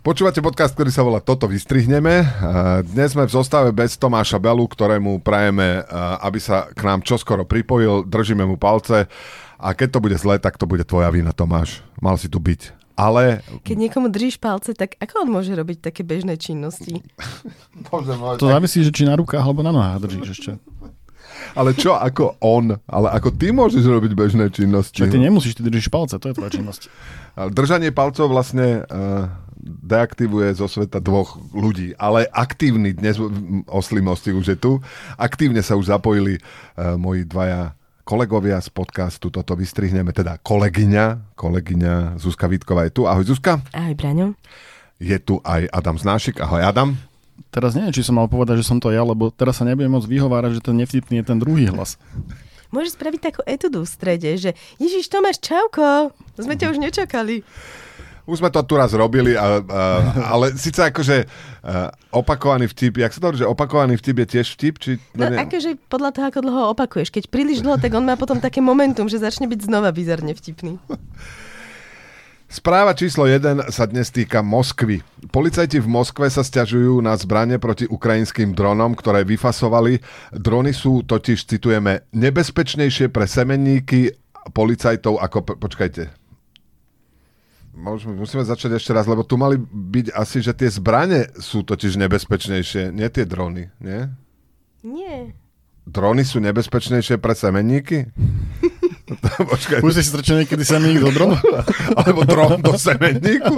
Počúvate podcast, ktorý sa volá Toto vystrihneme. Dnes sme v zostave bez Tomáša Belu, ktorému prajeme, aby sa k nám čoskoro pripojil. Držíme mu palce a keď to bude zle, tak to bude tvoja vina, Tomáš. Mal si tu byť. Ale... Keď niekomu držíš palce, tak ako on môže robiť také bežné činnosti? Bože môj, to závisí, že či na rukách alebo na nohách držíš ešte. Ale čo ako on? Ale ako ty môžeš robiť bežné činnosti? Čo ty nemusíš, ty držíš palce, to je tvoja činnosť. Držanie palcov vlastne deaktivuje zo sveta dvoch ľudí, ale aktívny, dnes oslý mostík už je tu, aktívne sa už zapojili moji dvaja kolegovia z podcastu Toto vystrihneme, teda kolegyňa Zuzka Vítková je tu. Ahoj Zuzka. Ahoj Braňo. Je tu aj Adam Znášik. Ahoj Adam. Teraz neviem, či som mal povedať, že som to ja, lebo teraz sa nebudem môcť vyhovárať, že ten nevtipný je ten druhý hlas. Môžeš spraviť takú etudu v strede, že Ježiš Tomáš, čauko, sme ťa už nečakali. Už sme to tu raz robili, ale síce akože opakovaný vtip, jak sa to hovorí, že opakovaný vtip je tiež vtip? Či akože podľa toho, ako dlho opakuješ. Keď príliš dlho, tak on má potom také momentum, že začne byť znova bizarne vtipný. Správa číslo 1 sa dnes týka Moskvy. Policajti v Moskve sa sťažujú na zbrane proti ukrajinským dronom, ktoré vyfasovali. Drony sú totiž, citujeme, nebezpečnejšie pre semenníky policajtov ako... Počkajte. Musíme začať ešte raz, lebo tu mali byť asi, že tie zbrane sú totiž nebezpečnejšie, nie tie drony, nie? Nie. Drony sú nebezpečnejšie pre semenníky? Už si strčil niekedy semenník do dronu? Alebo dron do semenníku?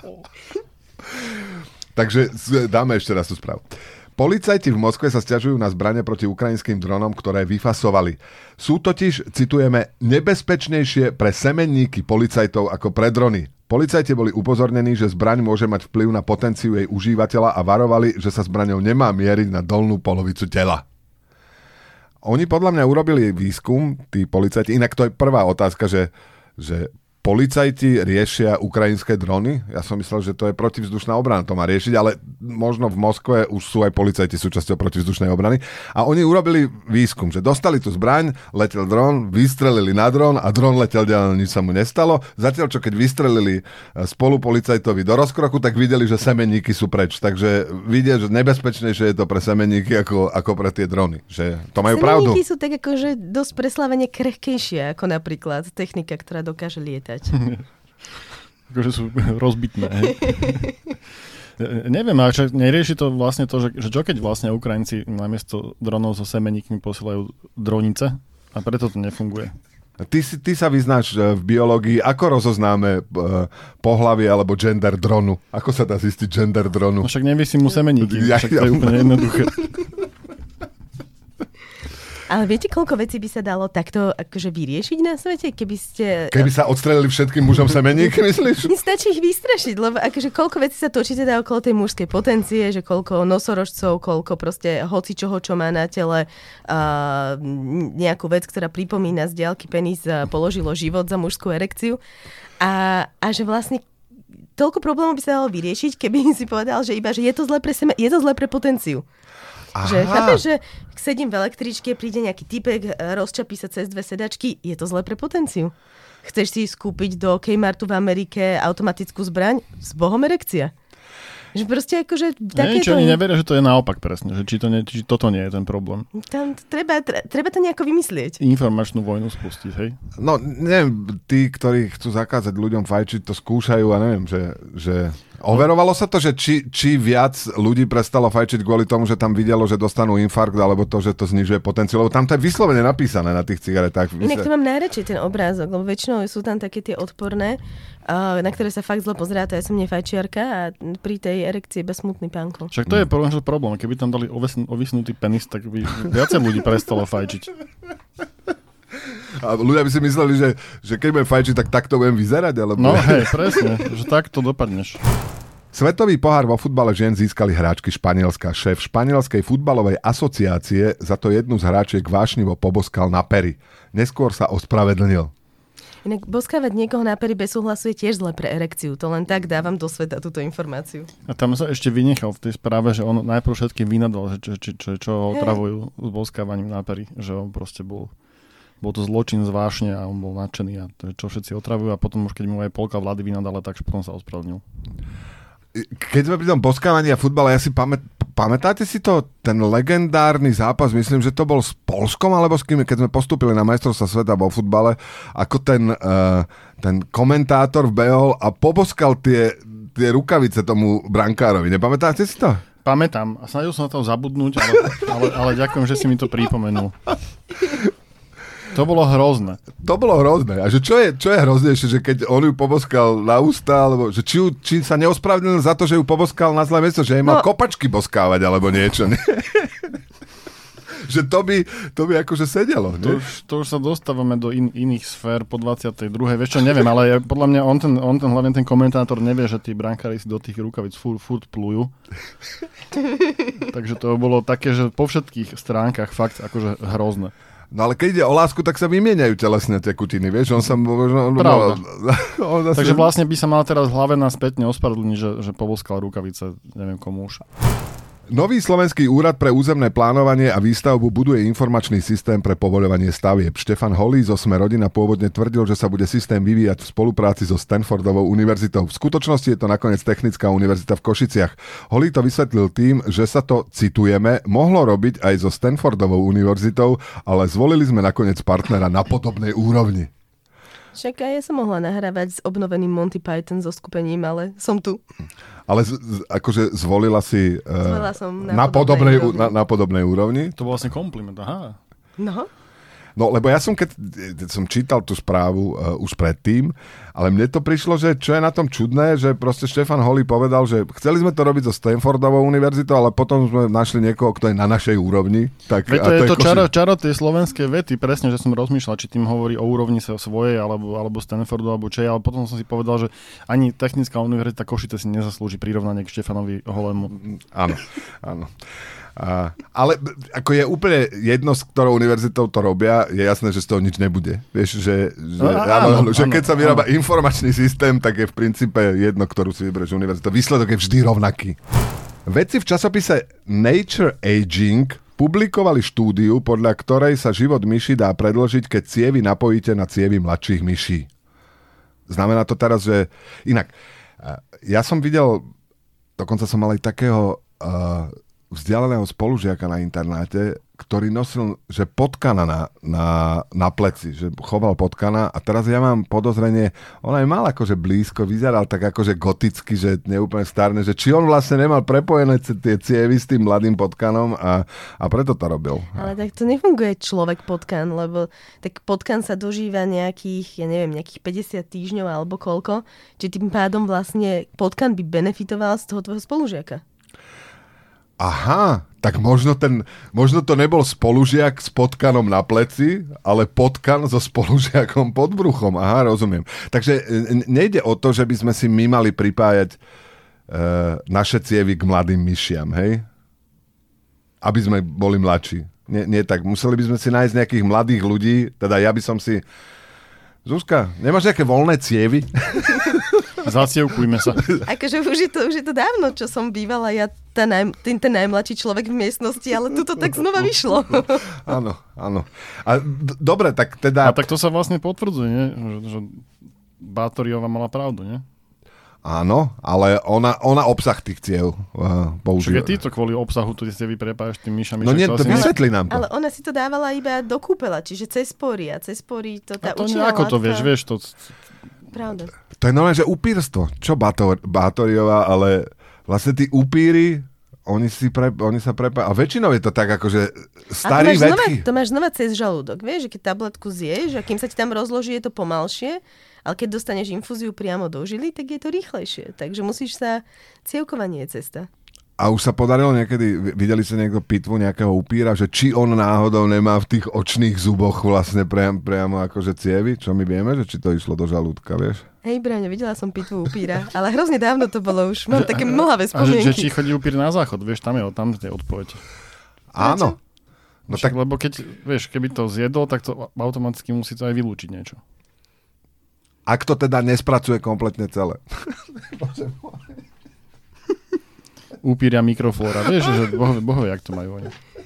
Takže dáme ešte raz tú správu. Policajti v Moskve sa sťažujú na zbrane proti ukrajinským dronom, ktoré vyfasovali. Sú totiž, citujeme, nebezpečnejšie pre semenníky policajtov ako pre drony. Policajti boli upozornení, že zbraň môže mať vplyv na potenciu jej užívateľa a varovali, že sa zbraňou nemá mieriť na dolnú polovicu tela. Oni podľa mňa urobili výskum, tí policajti, inak to je prvá otázka, že policajti riešia ukrajinské drony. Ja som myslel, že to je protivzdušná obrana, to má riešiť, ale možno v Moskve už sú aj policajti súčasťou protivzdušnej obrany. A oni urobili výskum, že dostali tú zbraň, letel dron, vystrelili na dron a dron letel ďalej, nič sa mu nestalo. Zatiaľ, čo keď vystrelili spolu policajtovi do rozkroku, tak videli, že semenníky sú preč. Takže vidia, že nebezpečnejšie je to pre semenníky ako pre tie drony. Že to majú pravdu. Semenníky sú tak akože dosť preslávene krehkejšie ako napríklad technika, ktorá dokáže lietať. Akože sú rozbitné. Neviem, ale nerieši to vlastne to, že čo keď vlastne Ukrajinci namiesto dronov so semeníkmi posielajú dronice a preto to nefunguje. Ty sa vyznáš v biológii, ako rozoznáme pohlavie alebo gender dronu? Ako sa dá zistiť gender dronu? No však nevisí mu semeníky, však to je úplne jednoduché. Ale viete, koľko vecí by sa dalo takto akože vyriešiť na svete, Keby sa odstrelili všetkým mužom semeníky, myslíš? Stačí ich vystrašiť, lebo akože koľko vecí sa točí teda okolo tej mužskej potencie, že koľko nosorožcov, koľko proste hocičoho, čo má na tele nejakú vec, ktorá pripomína z diaľky penis, položilo život za mužskú erekciu. A že vlastne toľko problémov by sa dalo vyriešiť, keby si povedal, že iba, že je to zlé pre potenciu. Aha. Že chápeš, že sedím v električke, príde nejaký typek, rozčapí sa cez dve sedačky, je to zlé pre potenciu. Chceš si skúpiť do Kmartu v Amerike automatickú zbraň? S bohom erekcia. Že proste akože... Neviem, či oni neveria, že to je naopak presne, že či toto nie je ten problém. Tam treba to nejako vymyslieť. Informačnú vojnu spustiť, hej? No, neviem, tí, ktorí chcú zakázať ľuďom fajčiť, to skúšajú a neviem, že overovalo sa to, že či viac ľudí prestalo fajčiť kvôli tomu, že tam videlo, že dostanú infarkt, alebo to, že to znižuje potenciál, lebo tam to je vyslovene napísané na tých cigaretách. Inak to mám najradšej ten obrázok, lebo väčšinou sú tam také tie odporné, na ktoré sa fakt zle pozerá, to ja som nefajčiarka a pri tej erekcii je bezsmutný pánko. Však to je problém, keby tam dali ovisnutý penis, tak by viacej ľudí prestalo fajčiť. A ľudia by si mysleli, že keď budem fajčiť, tak takto budem vyzerať? Alebo... No hej, presne, že takto dopadneš. Svetový pohár vo futbale žien získali hráčky Španielska. Šéf Španielskej futbalovej asociácie za to jednu z hráčiek vášnivo poboskal na pery. Neskôr sa ospravedlnil. Inak boskávať niekoho na pery bez súhlasu je tiež zle pre erekciu. To len tak dávam do sveta túto informáciu. A tam sa ešte vynechal v tej správe, že on najprv všetkým vynadal, čo ho otravujú s boskávaním na pery. Že on proste bol to zločin z vášne a on bol nadšený a to, čo všetci otravujú a potom už keď mu aj polka vlády vynadala, tak potom sa ospravedlnil. keď sme pri tom boskávaní a futbale, ja si pamätáte si to, ten legendárny zápas, myslím, že to bol s Poľskom, alebo s kým, keď sme postúpili na majstrovstvá sveta vo futbale, ako ten komentátor vbehol a poboskal tie rukavice tomu brankárovi. Nepamätáte si to? Pamätám a snažil som na to zabudnúť, ale ďakujem, že si mi to pripomenul. To bolo hrozné. To bolo hrozné. A že čo je hroznejšie, že keď on ju poboskal na ústa, alebo že či sa neospravedlnil za to, že ju poboskal na zlé miesto, že jej mal kopačky boskávať, alebo niečo. Ne? Že to by akože sedelo. To už sa dostávame do iných sfér po 22. Vieš čo, neviem, ale podľa mňa hlavne ten komentátor nevie, že tí brankári si do tých rukavic furt plujú. Takže to bolo také, že po všetkých stránkach fakt akože hrozné. No ale keď ide o lásku, tak sa vymieňajú telesné tekutiny, vieš? Pravda. Takže vlastne by sa mal teraz v hlave spätne ospravedlniť, že poboskal rukavice, neviem komu už. Nový slovenský úrad pre územné plánovanie a výstavbu buduje informačný systém pre povoľovanie stavieb. Štefan Holý zo Sme rodina pôvodne tvrdil, že sa bude systém vyvíjať v spolupráci so Stanfordovou univerzitou. V skutočnosti je to nakoniec Technická univerzita v Košiciach. Holý to vysvetlil tým, že sa to, citujeme, mohlo robiť aj so Stanfordovou univerzitou, ale zvolili sme nakoniec partnera na podobnej úrovni. Však aj ja som mohla nahrávať s obnoveným Monty Python so skupením, ale som tu. Ale akože zvolila si som na podobnej úrovni. To bol vlastne kompliment, aha. No, lebo ja som, keď som čítal tú správu už predtým, ale mne to prišlo, že čo je na tom čudné, že proste Štefan Holý povedal, že chceli sme to robiť so Stanfordovou univerzitou, ale potom sme našli niekoho, kto je na našej úrovni. Tak, to je to čaro tej slovenskej vety, presne, že som rozmýšľal, či tým hovorí o úrovni sa svojej, alebo Stanfordu, alebo čo, ale potom som si povedal, že ani Technická univerzita Košice si nezaslúži prirovnanie k Štefanovi Holému. Áno. Ale ako je úplne jedno, s ktorou univerzitou to robia, je jasné, že z toho nič nebude. Vieš, že keď sa vyrába informačný systém, tak je v princípe jedno, ktorú si vybereš univerzitu. Výsledok je vždy rovnaký. Vedci v časopise Nature Aging publikovali štúdiu, podľa ktorej sa život myši dá predĺžiť, keď cievy napojíte na cievy mladších myší. Znamená to teraz, že... Inak, ja som videl, dokonca som mal aj takého... vzdialeného spolužiaka na internáte, ktorý nosil, že potkana na pleci, že choval potkana a teraz ja mám podozrenie, on aj mal akože blízko, vyzeral tak akože goticky, že neúplne starné, že či on vlastne nemal prepojené tie cievy s tým mladým potkanom a preto to robil. Ale tak to nefunguje človek potkan, lebo tak potkan sa dožíva nejakých 50 týždňov alebo koľko, že tým pádom vlastne potkan by benefitoval z toho tvojho spolužiaka. Aha, tak možno to nebol spolužiak s potkanom na pleci, ale potkan so spolužiakom pod bruchom. Aha, rozumiem. Takže nejde o to, že by sme si my mali pripájať naše cievy k mladým myšiam, hej? Aby sme boli mladší. Nie tak. Museli by sme si nájsť nejakých mladých ľudí, teda ja by som si... Zuzka, nemáš nejaké voľné cievy? Zacievkujme sa. Akože už je to dávno, čo som bývala ja ten najmladší človek v miestnosti, ale tu to tak znova vyšlo. Áno. A dobre, tak teda... A tak to sa vlastne potvrdzuje, nie? Že Bátoriová mala pravdu, nie? Áno, ale ona obsah tých ciev používa. Čiže ty to kvôli obsahu tu si vyprepáš tým myšami. No nie, to vysvetli nám to. Ale ona si to dávala iba do kúpela, čiže cez spory to tá účinná látka. Ako to vieš to... Pravda. To je normálne, že upírstvo. Čo Bátoriová, ale vlastne tí upíry, oni sa prepájajú. A väčšinou je to tak, akože starí vedky. To máš znova cez žalúdok. Vieš, že keď tabletku zješ a kým sa ti tam rozloží, je to pomalšie, ale keď dostaneš infúziu priamo do žily, tak je to rýchlejšie. Takže musíš sa... Cievkovanie je cesta. A už sa podarilo niekedy, videli ste niekto pitvu nejakého upíra, že či on náhodou nemá v tých očných zuboch vlastne priamo akože cievy, čo my vieme, že či to išlo do žalúdka, vieš? Hej, Braňo, videla som pitvu upíra, ale hrozne dávno to bolo už. Mám také mlhavé spomienky. A že či chodí upír na záchod, vieš, tam je odpoveď. Áno. No tak... Lebo keby to zjedol, tak to automaticky musí to aj vylúčiť niečo. Ak to teda nespracuje kompletne celé. Upíria mikroflóra. Vieš, že bohovie, jak to majú oni.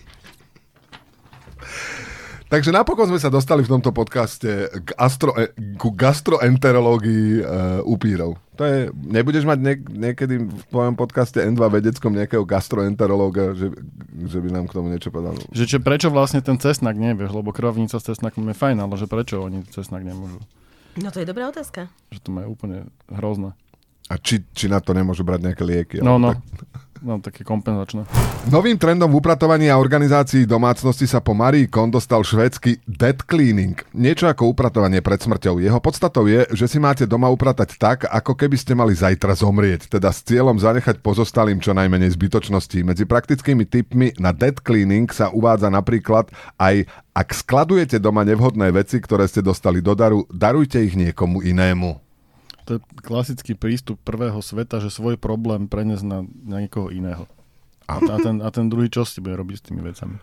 Takže napokon sme sa dostali v tomto podcaste ku gastroenterológii upírov. To je, nebudeš mať niekedy v tvojom podcaste N2 vedeckom nejakého gastroenterológa, že by nám k tomu niečo povedal? Že prečo vlastne ten cesnak nie, vieš, lebo krvavnica s cesnakom je fajn, ale že prečo oni cesnak nemôžu? No to je dobrá otázka. Že to majú úplne hrozné. A či na to nemôžu brať nejaké lieky? No. No, také kompenzačné. Novým trendom v upratovaní a organizácii domácnosti sa po Marii Kondo stal švédsky dead cleaning. Niečo ako upratovanie pred smrťou. Jeho podstatou je, že si máte doma upratať tak, ako keby ste mali zajtra zomrieť, teda s cieľom zanechať pozostalým čo najmenej zbytočností. Medzi praktickými tipmi na dead cleaning sa uvádza napríklad aj: ak skladujete doma nevhodné veci, ktoré ste dostali do daru, darujte ich niekomu inému. To je klasický prístup prvého sveta, že svoj problém preniesť na niekoho iného. A ten druhý čo si bude robiť s tými vecami?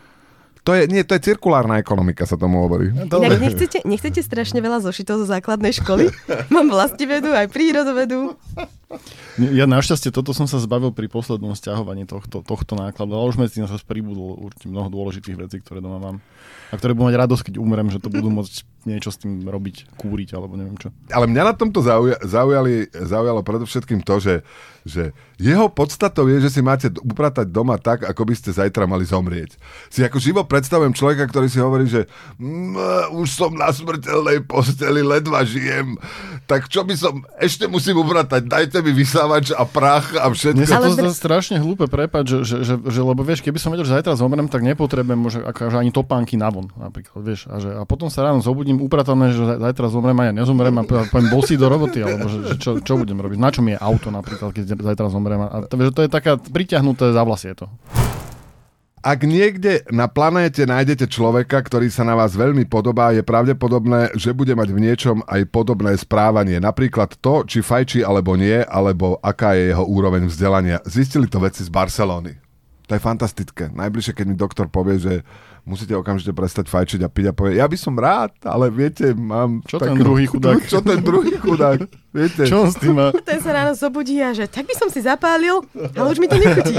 To je cirkulárna ekonomika, sa tomu hovorí. Inak nechcete strašne veľa zošitov zo základnej školy? Mám vlastivedu, aj prírodovedu. Ja našťastie toto som sa zbavil pri poslednom sťahovaní tohto nákladu, ale už medzi tým sa pribudlo určite mnoho dôležitých vecí, ktoré doma mám. A ktoré budú mať radosť, keď umrem, že to budú môcť niečo s tým robiť, kúriť alebo neviem čo. Ale mňa na tomto zaujalo predovšetkým to, že jeho podstatou je, že si máte upratať doma tak, ako by ste zajtra mali zomrieť. Si ako živo predstavujem človeka, ktorý si hovorí, že už som na smrteľnej posteli, ledva žijem, tak čo by som, ešte musím upratať, dajte mi vysávač a prach a všetko. Mne sa to strašne hlúpe, prepáč, že lebo vieš, keby som vedel, že zajtra zomrem, tak nepotrebujem možno akože ani topánky navon, napríklad, vieš. A potom sa ráno zobudím upratané, že zajtra zomrem a ja nezomrem a poviem bosí do roboty, alebo že čo budem robiť. Na čo mi je auto napríklad, keď zajtra zomrem. A to je taká priťahnuté za vlasy je to. Ak niekde na planéte nájdete človeka, ktorý sa na vás veľmi podobá, je pravdepodobné, že bude mať v niečom aj podobné správanie. Napríklad to, či fajčí alebo nie, alebo aká je jeho úroveň vzdelania. Zistili to vedci z Barcelóny. To je fantastické. Najbližšie, keď mi doktor povie, že musíte okamžite prestať fajčiť a piť a povie, ja by som rád, ale viete, mám... Čo ten druhý chudák? Čo ten druhý chudák? Viete? Čo on s tým má? Ten sa ráno zobudí a že tak by som si zapálil, ale už mi to nechutí.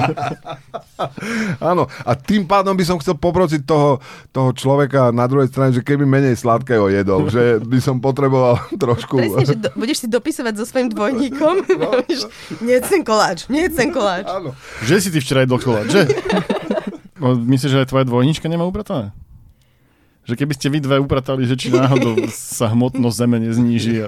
Áno, a tým pádom by som chcel poprosiť toho človeka na druhej strane, že keby menej sladkého jedol, že by som potreboval trošku... Presne, že budeš si dopisovať so svojím dvojníkom. No. Nie ten koláč. Áno. Že si ty včera jedol koláč, že? Myslíš, že aj tvoja dvojnička nemá upratané? Že keby ste vy dve upratali, že či náhodou sa hmotnosť zeme nezníži.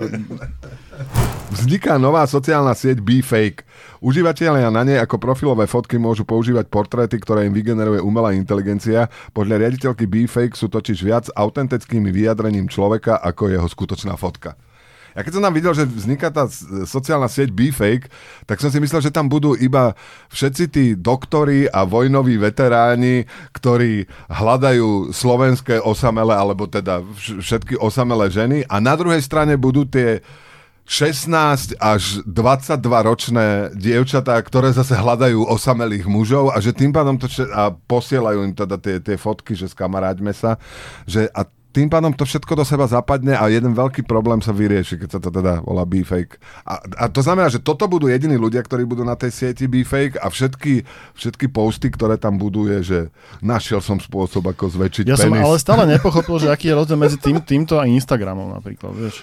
Vzniká nová sociálna sieť BeFake. Užívateľia na nej ako profilové fotky môžu používať portréty, ktoré im vygeneruje umelá inteligencia. Podľa riaditeľky BeFake sú totiž viac autentickými vyjadrením človeka ako jeho skutočná fotka. Ja keď som tam videl, že vzniká tá sociálna sieť BeFake, tak som si myslel, že tam budú iba všetci tí doktori a vojnoví veteráni, ktorí hľadajú slovenské osamele, alebo teda všetky osamelé ženy, a na druhej strane budú tie 16 až 22 ročné dievčatá, ktoré zase hľadajú osamelých mužov, a že tým pádom a posielajú im teda tie fotky, že skamaráďme sa, že a tým pádom to všetko do seba zapadne a jeden veľký problém sa vyrieši, keď sa to teda volá BeFake. A to znamená, že toto budú jediní ľudia, ktorí budú na tej sieti BeFake, a všetky posty, ktoré tam budú, je, že našiel som spôsob, ako zväčšiť penis. Ja som ale stále nepochopil, že aký je rozdiel medzi týmto a Instagramom napríklad, vieš.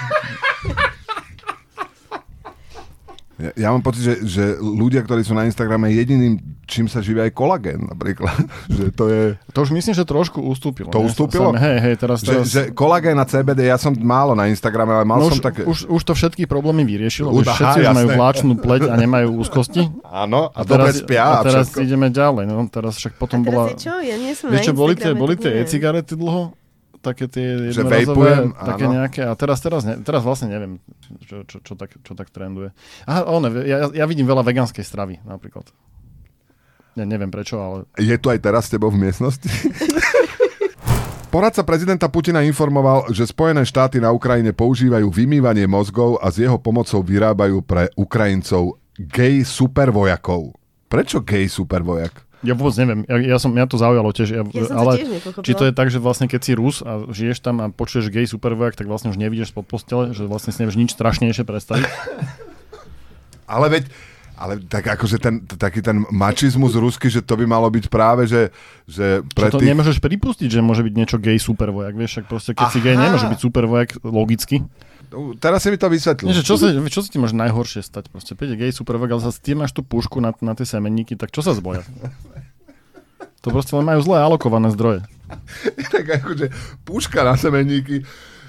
Ja mám pocit, že ľudia, ktorí sú na Instagrame, jediným, čím sa živia, aj kolagén napríklad. Že to je... To už myslím, že trošku ustúpilo. To ustúpilo? Hej, teraz... Že kolagén a CBD, ja som málo na Instagrame, ale mal som také... Už to všetky problémy vyriešilo. Už všetci majú vláčnú pleť a nemajú úzkosti. Áno, a dobre spia. A teraz ideme ďalej. No, teraz však potom bola... Čo? Ja nie som vieš, čo, na Instagrame. boli tie e-cigarety dlho? Také tie jednorazové, také nejaké, a teraz vlastne neviem, čo tak trenduje. Aha, ja vidím veľa vegánskej stravy napríklad. Ja neviem prečo, ale... Je tu aj teraz s tebou v miestnosti? Poradca prezidenta Putina informoval, že Spojené štáty na Ukrajine používajú vymývanie mozgov a s jeho pomocou vyrábajú pre Ukrajincov gay supervojakov. Prečo gay supervojak? Ja vôbec neviem, mňa to zaujalo tiež, ale tiež či to je tak, že vlastne keď si Rus a žiješ tam a počuješ gay supervojak, tak vlastne už nevidíš spod postele, že vlastne si nevieš nič strašnejšie predstaviť. Ale veď, Ale tak akože taký ten mačizmus ruský, že to by malo byť práve, že pre to nemôžeš pripustiť, že môže byť niečo gay supervojak, vieš, však proste keď si gay, nemôže byť supervojak logicky. Teraz si mi to vysvetlil. Nie, čo sa ti môže najhoršie stať? Proste príde gay supervojak, ale zase ty máš tú pušku na tie semenníky, tak čo sa zboja? To proste len majú zle alokované zdroje. Tak akože puška na semenníky.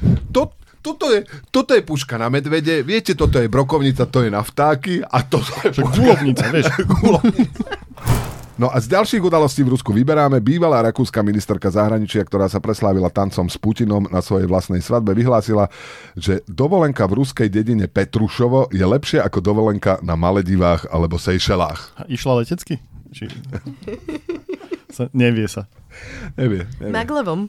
Toto je puška na medvede, viete, toto je brokovnica, to je na vtáky a toto je puška. Gulovnica, vieš. No a z ďalších udalostí v Rusku vyberáme bývalá rakúska ministerka zahraničia, ktorá sa preslávila tancom s Putinom na svojej vlastnej svadbe, vyhlásila, že dovolenka v ruskej dedine Petrušovo je lepšia ako dovolenka na Maledivách alebo Seychelách. A išla letecky? Nevie sa. Nevie. Maglevom.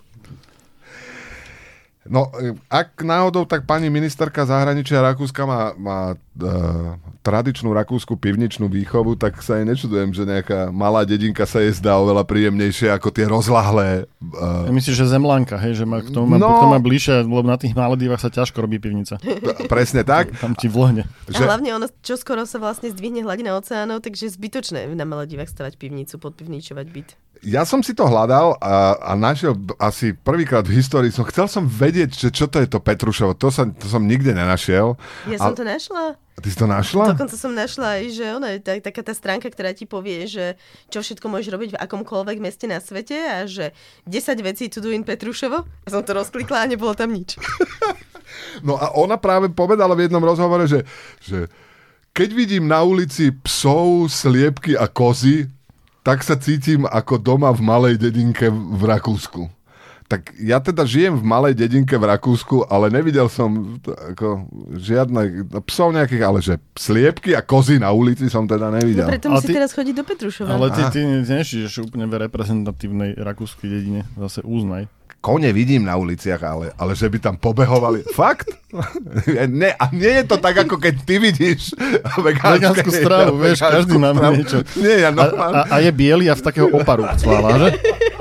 No, ak náhodou, tak pani ministerka zahraničia Rakúska má tradičnú rakúsku pivničnú výchovu, tak sa jej nečudujem, že nejaká malá dedinka sa jej zdá oveľa príjemnejšie ako tie rozlahlé... Ja myslíš, že Zemlanka, hej, že k tomu má bližšie, lebo na tých Maledivách sa ťažko robí pivnica. Presne tak. Tam ti vlhne. A hlavne ono čoskoro sa vlastne zdvihne hladina oceánov, takže je zbytočné na Maledivách stavať pivnicu, podpivničovať byt. Ja som si to hľadal a našiel asi prvýkrát v histórii. Chcel som vedieť, že čo to je to Petrušovo. To som nikde nenašiel. Ja som to našla. Ty si to našla? Dokonca som našla aj, že ona je taká tá stránka, ktorá ti povie, že čo všetko môžeš robiť v akomkoľvek meste na svete a že 10 vecí to do in Petrušovo. A som to rozklikla a nebolo tam nič. No a ona práve povedala v jednom rozhovore, že keď vidím na ulici psov, sliepky a kozy, tak sa cítim ako doma v malej dedinke v Rakúsku. Tak ja teda žijem v malej dedinke v Rakúsku, ale nevidel som ako žiadne psov nejakých, ale že sliepky a kozy na ulici som teda nevidel. No preto musí teraz chodiť do Petrušova. Ale ty nežiješ úplne v reprezentatívnej rakúskej dedine. Zase uznaj. Kone vidím na uliciach, ale že by tam pobehovali. Fakt? Nie, a nie je to tak, ako keď ty vidíš vegánsku stravu, vieš, každý máme niečo. Nie, ja a je biely a z takého oparu cvála, že?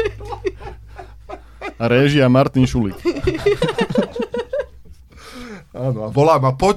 A réžia Martin Šulík. Áno, a volá ma, poď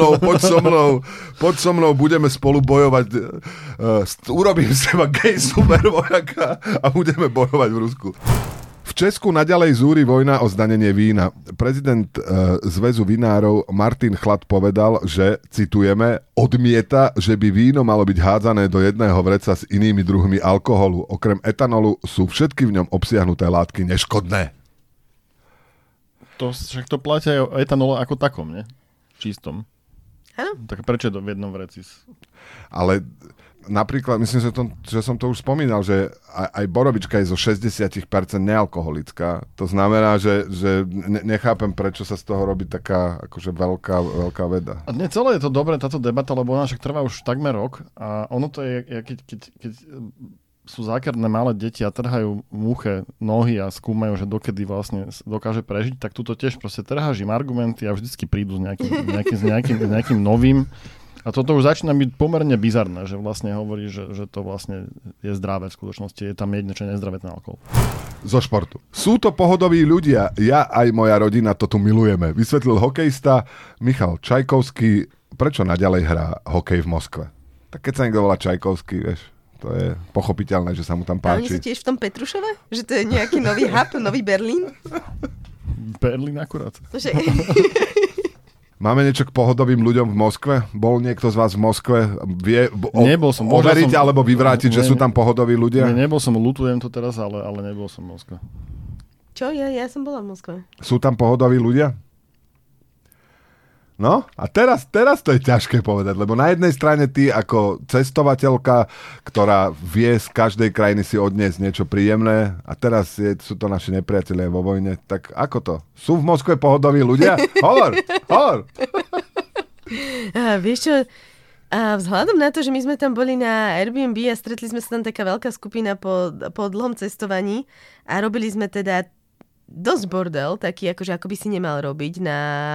so mnou, budeme spolu bojovať, urobím z teba gay supervojaka a budeme bojovať v Rusku. V Česku naďalej zúri vojna o zdanenie vína. Prezident Zväzu vinárov Martin Chlad povedal, že, citujeme, odmieta, že by víno malo byť hádzané do jedného vreca s inými druhmi alkoholu. Okrem etanolu sú všetky v ňom obsiahnuté látky neškodné. Však to platia aj o etanole ako takom, ne? Čistom. Áno. Tak prečo je to v jednom vreci? Ale napríklad, myslím, že som to už spomínal, že aj borovička je zo 60% nealkoholická. To znamená, že nechápem, prečo sa z toho robí taká akože veľká veda. A nie, celé je to dobré, táto debata, lebo ona však trvá už takmer rok a ono to je, keď sú zákerné malé deti a trhajú muche nohy a skúmajú, že dokedy vlastne dokáže prežiť, tak tuto tiež proste trháš im argumenty a vždycky prídu s nejakým novým. A toto už začína byť pomerne bizarné, že vlastne hovorí, že to vlastne je zdravé v skutočnosti. Je tam jedno, čo je nezdravé ten alkohol. Zo športu. Sú to pohodoví ľudia. Ja aj moja rodina to tu milujeme. Vysvetlil hokejista Michal Čajkovský, prečo naďalej hrá hokej v Moskve. Tak keď sa niekto volá Čajkovský, vieš, to je pochopiteľné, že sa mu tam páči. A oni sú tiež v tom Petrušove? Že to je nejaký nový hub, nový Berlín? Berlín akurát. Máme niečo k pohodovým ľuďom v Moskve? Bol niekto z vás v Moskve? Vie overiť alebo vyvrátiť, že sú tam pohodoví ľudia? Nebol som, ľutujem to teraz, ale nebol som v Moskve. Čo? Ja som bola v Moskve. Sú tam pohodoví ľudia? No, a teraz to je ťažké povedať, lebo na jednej strane ty ako cestovateľka, ktorá vie z každej krajiny si odniesť niečo príjemné a teraz sú to naši nepriatelia vo vojne, tak ako to? Sú v Moskve pohodoví ľudia? Hovor! Vieš čo, a vzhľadom na to, že my sme tam boli na Airbnb a stretli sme sa tam taká veľká skupina po dlhom cestovaní a robili sme teda dosť bordel, taký akože ako by si nemal robiť na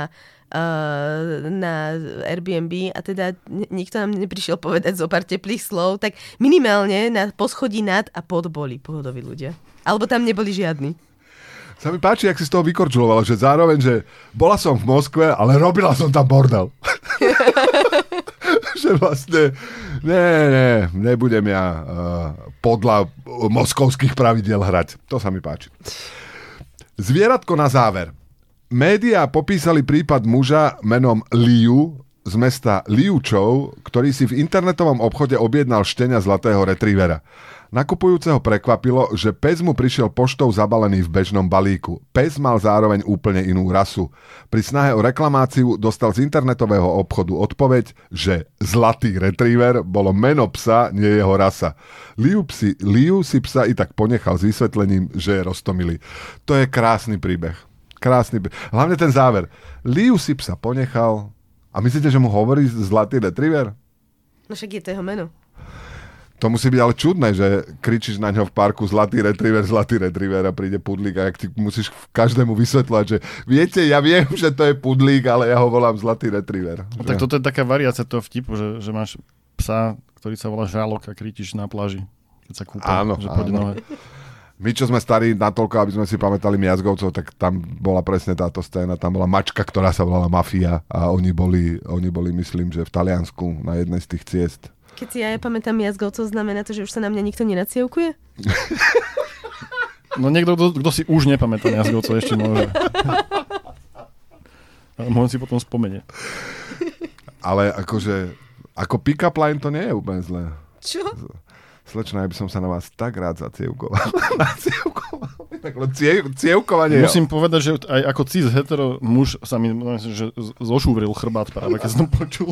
Airbnb a teda nikto nám neprišiel povedať zo pár teplých slov, tak minimálne na poschodí nad a pod boli pohodoví ľudia. Alebo tam neboli žiadni. Sa mi páči, jak si z toho vykorčulovala, že zároveň, že bola som v Moskve, ale robila som tam bordel. Že vlastne, Nebudem ja podľa moskovských pravidiel hrať. To sa mi páči. Zvieratko na záver. Médiá popísali prípad muža menom Liu z mesta Liučov, ktorý si v internetovom obchode objednal štenia zlatého retrievera. Nakupujúceho prekvapilo, že pes mu prišiel poštou zabalený v bežnom balíku. Pes mal zároveň úplne inú rasu. Pri snahe o reklamáciu dostal z internetového obchodu odpoveď, že zlatý retriever bolo meno psa, nie jeho rasa. Liu si psa i tak ponechal s vysvetlením, že je roztomilý. To je krásny príbeh. Hlavne ten záver. Liu si psa ponechal. A myslíte, že mu hovorí zlatý retriever? No však je to jeho meno. To musí byť ale čudné, že kričíš na ňo v parku zlatý retriever a príde pudlík a jak ty musíš každému vysvetľovať, že viete, ja viem, že to je pudlík, ale ja ho volám zlatý retriever. No, tak toto je taká variácia toho vtipu, že máš psa, ktorý sa volá Žralok a kričíš na pláži, keď sa kúpa. Áno. My, čo sme starí natoľko, aby sme si pamätali Miazgovcov, tak tam bola presne táto scéna. Tam bola mačka, ktorá sa volala Mafia a oni boli, myslím, že v Taliansku na jednej z tých ciest. Keď si ja pamätám Miazgovcov, znamená to, že už sa na mňa nikto nenacievkuje? No niekto, kto si už nepamätá Miazgovcov, ešte môže. Ale môžem si potom spomenie. Ale akože, ako pick-up line to nie je úplne zlé. Čo? Slečna, ja by som sa na vás tak rád zacievkoval. Cievkovanie. Musím povedať, že aj ako cis hetero muž sa mi že zošúvril chrbát práve, keď som počul.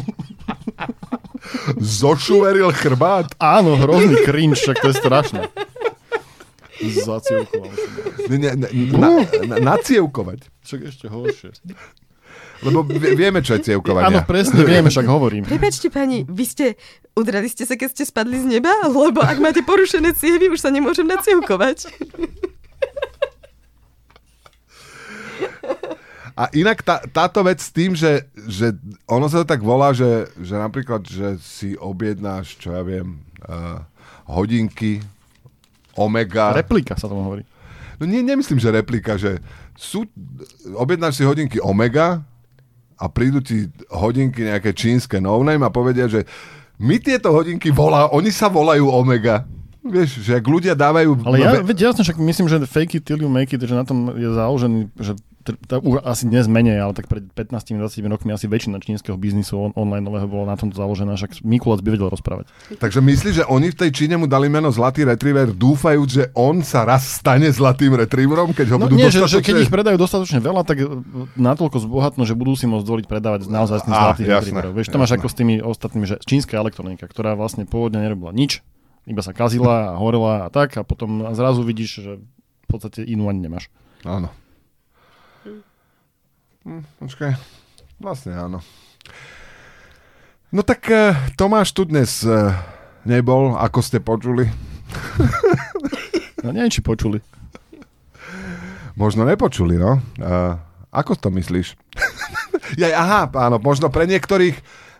Zošúveril chrbát? Áno, hrozný cringe, však to je strašné. Zacievkoval som. Nacievkovať. Však ešte horšie. Lebo vieme, čo je cievkovanie. Áno, presne, vieme, však hovorím. Prepáčte, pani, udrali ste sa, keď ste spadli z neba? Lebo ak máte porušené cievy, už sa nemôžem nacievkovať. A inak táto vec s tým, že ono sa to tak volá, že napríklad, že si objednáš, čo ja viem, hodinky, Omega. Replika sa tomu hovorí. No nemyslím, že replika, že objednáš si hodinky Omega a prídu ti hodinky nejaké čínske no-name a povedia, že my tieto hodinky oni sa volajú Omega. Vieš, že ak ľudia dávajú... Ale jasne, však myslím, že fake it till you make it, že na tom je založený, že asi dnes menej, ale tak pred 15-20 rokmi asi väčšina čínskeho biznisu online-ového bolo na tomto založená, však Mikulac by vedel rozprávať. Takže myslíš, že oni v tej Číne mu dali meno Zlatý retriever, dúfajúc, že on sa raz stane zlatým retrieverom, keď ho budú dostatočne... že keď ich predajú dostatočne veľa, tak natoľko zbohatnú, že budú si môcť dovoliť predávať naozaj zlatých retrieverov. Vieš, to máš ako s tými ostatnými, že čínska elektronika, ktorá vlastne pôvodne nerobila nič, iba sa kazila a horela a tak, a potom zrazu vidíš, že v podstate inú ani nemáš. Áno. Počkaj, vlastne áno. No tak Tomáš tu dnes nebol, ako ste počuli. No neviem, či počuli. Možno nepočuli, no. Ako to myslíš? Aha, áno, možno pre niektorých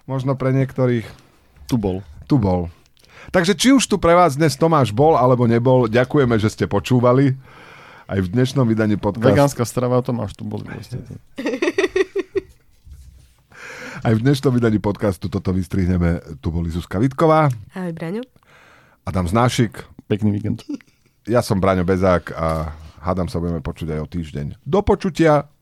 Tu bol. Takže či už tu pre vás dnes Tomáš bol, alebo nebol, ďakujeme, že ste počúvali. Aj v dnešnom vydaní podcastu. Vegánska strava, Tomáš tu bol. Aj v dnešnom vydaní podcastu toto vystrihneme. Tu boli Zuzka Vitková. Ahoj, Braňo. Adam Znášik. Pekný víkend. Ja som Braňo Bezák a hádam sa budeme počuť aj o týždeň. Do počutia.